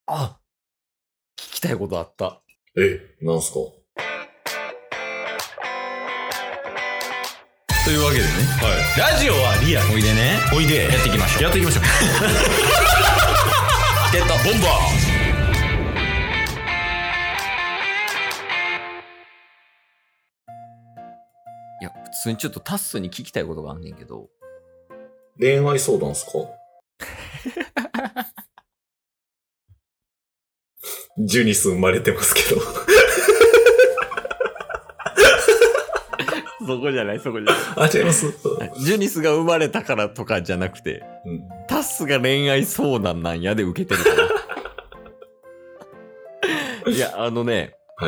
あ、聞きたいことあった。 なんすか？ というわけでね、 はい。ラジオはリアル。 おいでね、 おいで。 やっていきましょう。 やっていきましょう。 チケットボンバー。いや、普通にちょっとタッスに聞きたいことがあんねんけど。 恋愛相談っすか？ジュニス生まれてますけど。 そこじゃない、そこじゃない。 あ、違います。 ジュニスが生まれたからとかじゃなくて、タッスが恋愛相談なんやで受けてるから。いや、 はい。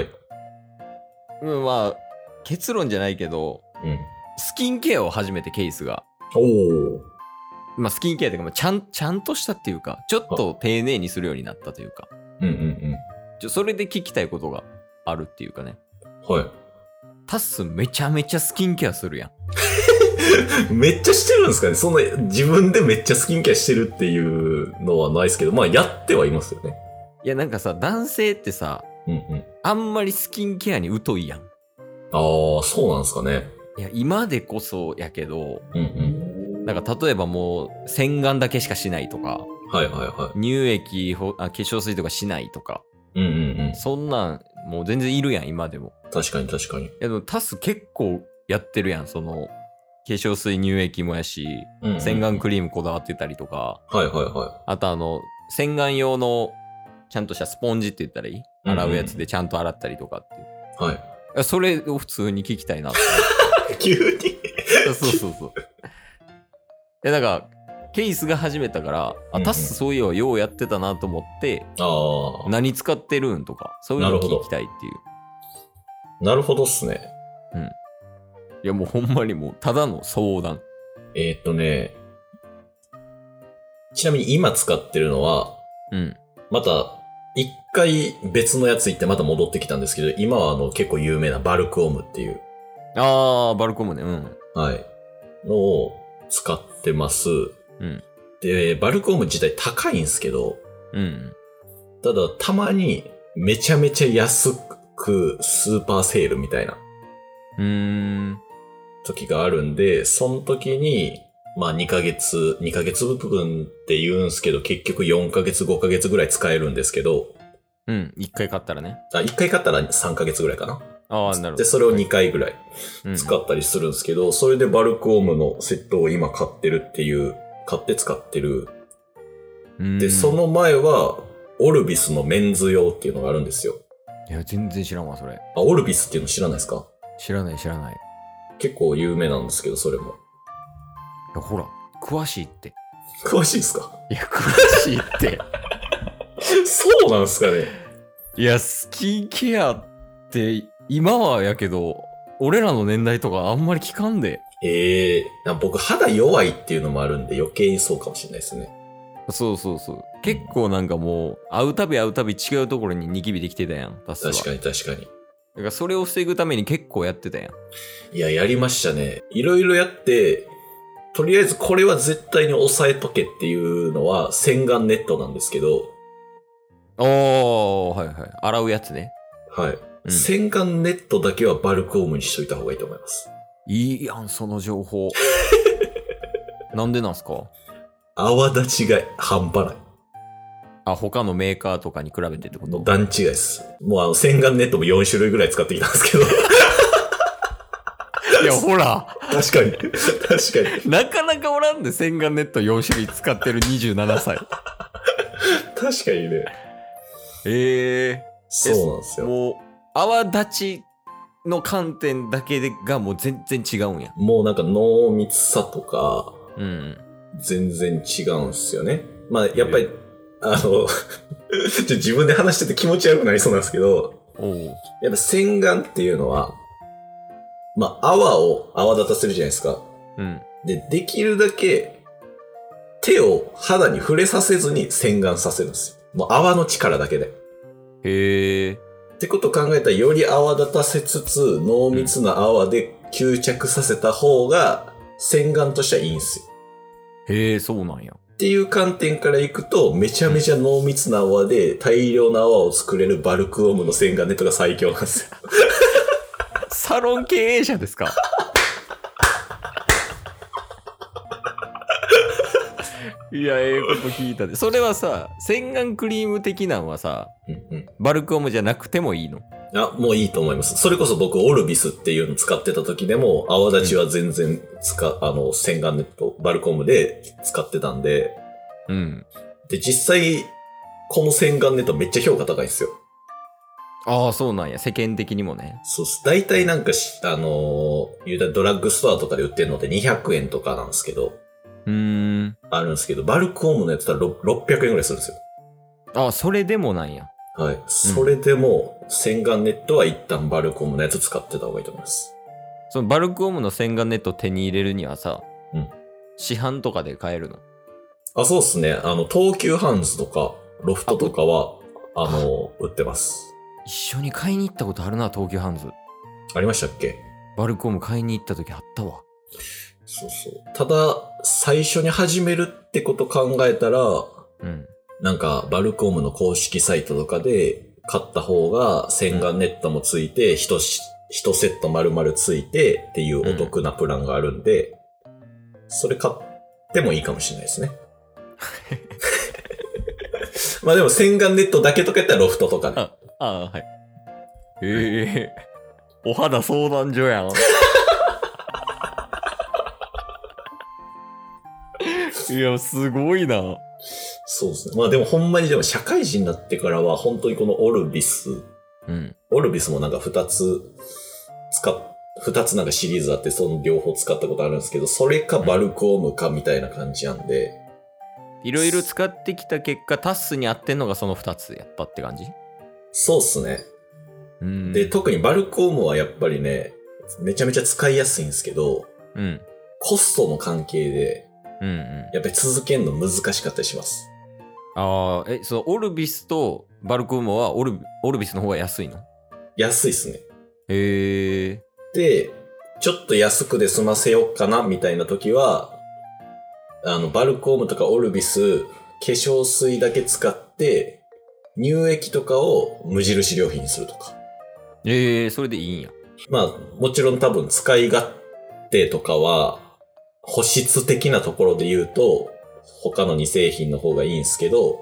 まあ、結論じゃないけど、スキンケアを始めてケースが。まあ、スキンケアっていうか、ちゃんとしたっていうか、ちょっと丁寧にするようになったというか。それで聞きたいことがあるっていうかね。 はい。 タッスめちゃめちゃスキンケアするやん。めっちゃしてるんですかね。そんな、自分でめっちゃスキンケアしてるっていうのはないですけど、まあ、やってはいますよね。 いや、なんかさ、男性ってさ、あんまりスキンケアに疎いやん。 ああ、そうなんですかね。 いや、今でこそやけど、なんか例えばもう洗顔だけしかしないとか、乳液、化粧水とかしないとか、そんなんもう全然いるやん、今でも。 確かに。いやでもタス結構やってるやん、その化粧水、乳液もやし、洗顔クリームこだわってたりとか、あと洗顔用のちゃんとしたスポンジって言ったらいい？洗うやつでちゃんと洗ったりとかっていう。それを普通に聞きたいなって。 急にそう。だから、ケースが始めたから、タスそういえばようやってたなと思って、何使ってるんとか、そういうの聞きたいっていう。 なるほどっすね。 いやもうほんまにもう、ただの相談。 ちなみに今使ってるのは、また、一回別のやつ行ってまた戻ってきたんですけど、今は結構有名なバルクオムっていう。 バルクオムね。 はい。のを使ってます。で、バルクオム自体高いんですけど、ただたまにめちゃめちゃ安くスーパーセールみたいな時があるんで、その時に、まあ2ヶ月分って言うんすけど、結局4ヶ月5ヶ月ぐらい使えるんですけど、 1回買ったらね。 1回買ったら3ヶ月ぐらいかな。 なるほど。 で、それを2回ぐらい使ったりするんですけど、それでバルクオムのセットを今買って使ってる。で、その前は、オルビスのメンズ用っていうのがあるんですよ。 いや、全然知らんわ、それ。 オルビスっていうの知らないですか？ 知らない。 結構有名なんですけど、それも。 いや、ほら、詳しいって。 詳しいですか？ いや、詳しいって。 そうなんですかね。 いや、スキンケアって、今はやけど、俺らの年代とかあんまり聞かんで。 僕肌弱いっていうのもあるんで余計にそうかもしれないですね。 そう。結構なんかもう、会うたび違うところにニキビできてたやん、タスは。 確かに。 だからそれを防ぐために結構やってたやん。 いや、やりましたね。いろいろやって、とりあえずこれは絶対に押さえとけっていうのは洗顔ネットなんですけど。 はい。洗うやつね。 はい。洗顔ネットだけはバルクオムにしといた方がいいと思います。 いいやん、その情報。なんでなんすか？ 泡立ちが半端ない。 他のメーカーとかに比べてってこと？ 段違いです。もう洗顔ネットも4種類ぐらい使ってきたんですけど。 いや、ほら。 確かに。 なかなかおらんで、洗顔ネット4種類使ってる27歳。 確かにね。そうなんですよ。 もう、泡立ちの観点だけがもう全然違うんや。 もうなんか濃密さとか、全然違うんすよね。まあ、やっぱり、自分で話してて気持ち悪くなりそうなんですけど、やっぱ洗顔っていうのは、まあ、泡立たせるじゃないですか。で、できるだけ手を肌に触れさせずに洗顔させるんですよ。もう泡の力だけで。ってことを考えたら、より泡立たせつつ、濃密な泡で吸着させた方が、洗顔としてはいいんですよ。 そうなんや。 っっていう観点からいくと、めちゃめちゃ濃密な泡で大量の泡を作れるバルクオムの洗顔ネットが最強なんですよ。 サロン経営者ですか？いや、こと聞いたで。それはさ、洗顔クリーム的なのはさ、バルクオムじゃなくてもいいの？ もういいと思います。それこそ僕、オルビスっていうの使ってた時でも、泡立ちは全然洗顔ネット、バルクオムで使ってたんで、で、実際、この洗顔ネットめっちゃ評価高いんですよ。 ああ、そうなんや。世間的にもね。 そうっす。大体なんか言うたらドラッグストアとかで売ってるのって200円とかなんですけど、あるんですけど、バルクオムのやつだったら600円ぐらいするんですよ。 ああ、それでもなんや。 はい。それでも、洗顔ネットは一旦バルクオムのやつ使ってた方がいいと思います。 そのバルクオムの洗顔ネットを手に入れるにはさ、市販とかで買えるの？ そうっすね。東急ハンズとか、ロフトとかは、売ってます。 一緒に買いに行ったことあるな、東急ハンズ。 ありましたっけ？ バルクオム買いに行った時あったわ。 そうそう。ただ、最初に始めるってこと考えたら、なんか、バルクオムの公式サイトとかで買った方が洗顔ネットもついて、1セット丸々ついてっていうお得なプランがあるんで、それ買ってもいいかもしれないですね。まあでも洗顔ネットだけとかやったらロフトとかね。 はい。お肌相談所やん。いや、すごいな。 そうですね。まあでもほんまに社会人になってからは本当にこのオルビス。オルビスもなんか2つなんかシリーズあってその両方使ったことあるんですけど、それかバルクオムかみたいな感じなんで。 いろいろ使ってきた結果、タッスに合ってんのがその2つやったって感じ？ そうっすね。で、特にバルクオムはやっぱりね、めちゃめちゃ使いやすいんですけど、コストの関係で、やっぱり続けるの難しかったりします。 そのオルビスとバルクオムはオルビスの方が安いの？ 安いっすね。 へー。 で、ちょっと安くで済ませようかなみたいな時は、バルクオムとかオルビス、化粧水だけ使って、乳液とかを無印良品にするとか。 それでいいんや。 まあ、もちろん多分使い勝手とかは、保湿的なところで言うと、他の2製品の方がいいんですけど、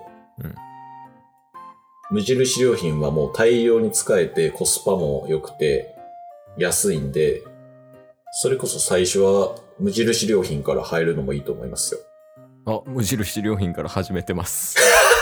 無印良品はもう大量に使えてコスパも良くて安いんで、それこそ最初は無印良品から入るのもいいと思いますよ。無印良品から始めてます。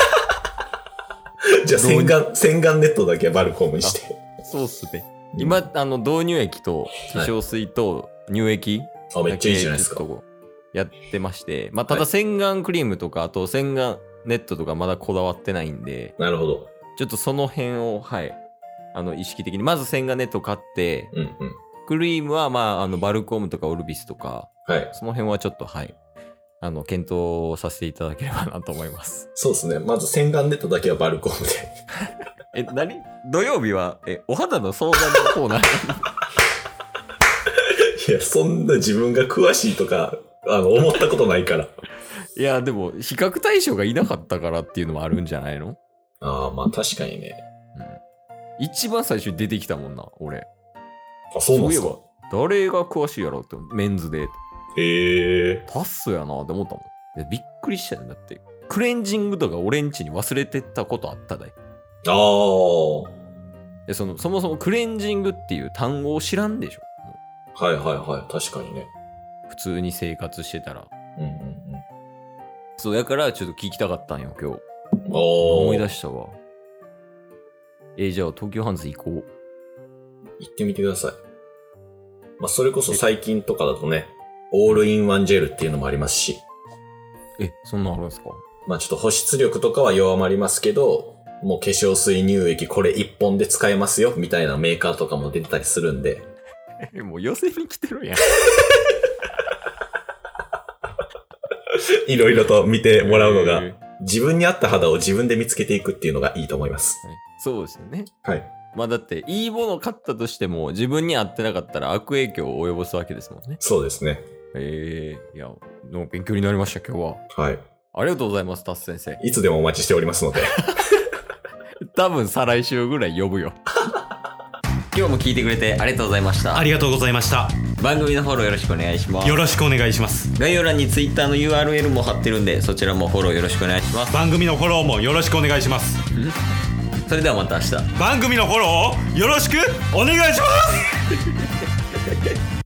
じゃあ洗顔ネットだけはバルクオムにして。 そうっすね。今、導入液と化粧水と乳液、 めっちゃいいじゃないですか。 やってまして、ただ洗顔クリームとか、あと洗顔ネットとかまだこだわってないんで、 なるほど。 ちょっとその辺を、意識的に、まず洗顔ネット買って、クリームは、バルクオムとかオルビスとか、その辺はちょっと、検討させていただければなと思います。 そうですね。まず洗顔ネットだけはバルクオムで。土曜日は、お肌の相談のコーナーいや、そんな自分が詳しいとか、思ったことないから。 いや、でも、比較対象がいなかったからっていうのもあるんじゃないの？ まあ確かにね。 一番最初に出てきたもんな、俺。 そうなんですか？ 誰が詳しいやろって、メンズで。タッスやなって思ったもん。びっくりしたよ。だって、クレンジングとか俺んちに忘れてったことあったで。そもそもクレンジングっていう単語を知らんでしょ。 はいはいはい。確かにね。 普通に生活してたら。そうやからちょっと聞きたかったんよ、今日。思い出したわ。じゃあ東京ハンズ行こう。 行ってみてください。それこそ最近とかだとね、オールインワンジェルっていうのもありますし。 そんなのあるんですか？ ちょっと保湿力とかは弱まりますけど、もう化粧水乳液これ1本で使えますよみたいなメーカーとかも出てたりするんで。 もう寄せに来てるやん。 いろいろと見てもらうのが、自分に合った肌を自分で見つけていくっていうのがいいと思います。 そうですよね。 はい。 だっていいものを買ったとしても自分に合ってなかったら悪影響を及ぼすわけですもんね。 そうですね。 いや、勉強になりました今日は。 はい。 ありがとうございます、タス先生。 いつでもお待ちしておりますので。 多分再来週ぐらい呼ぶよ。今日も聞いてくれてありがとうございました。 ありがとうございました。 番組のフォローよろしくお願いします。 よろしくお願いします。 概要欄に Twitter の URL も貼ってるんで、そちらもフォローよろしくお願いします。 番組のフォローもよろしくお願いします。 それではまた明日。 番組のフォローをよろしくお願いします。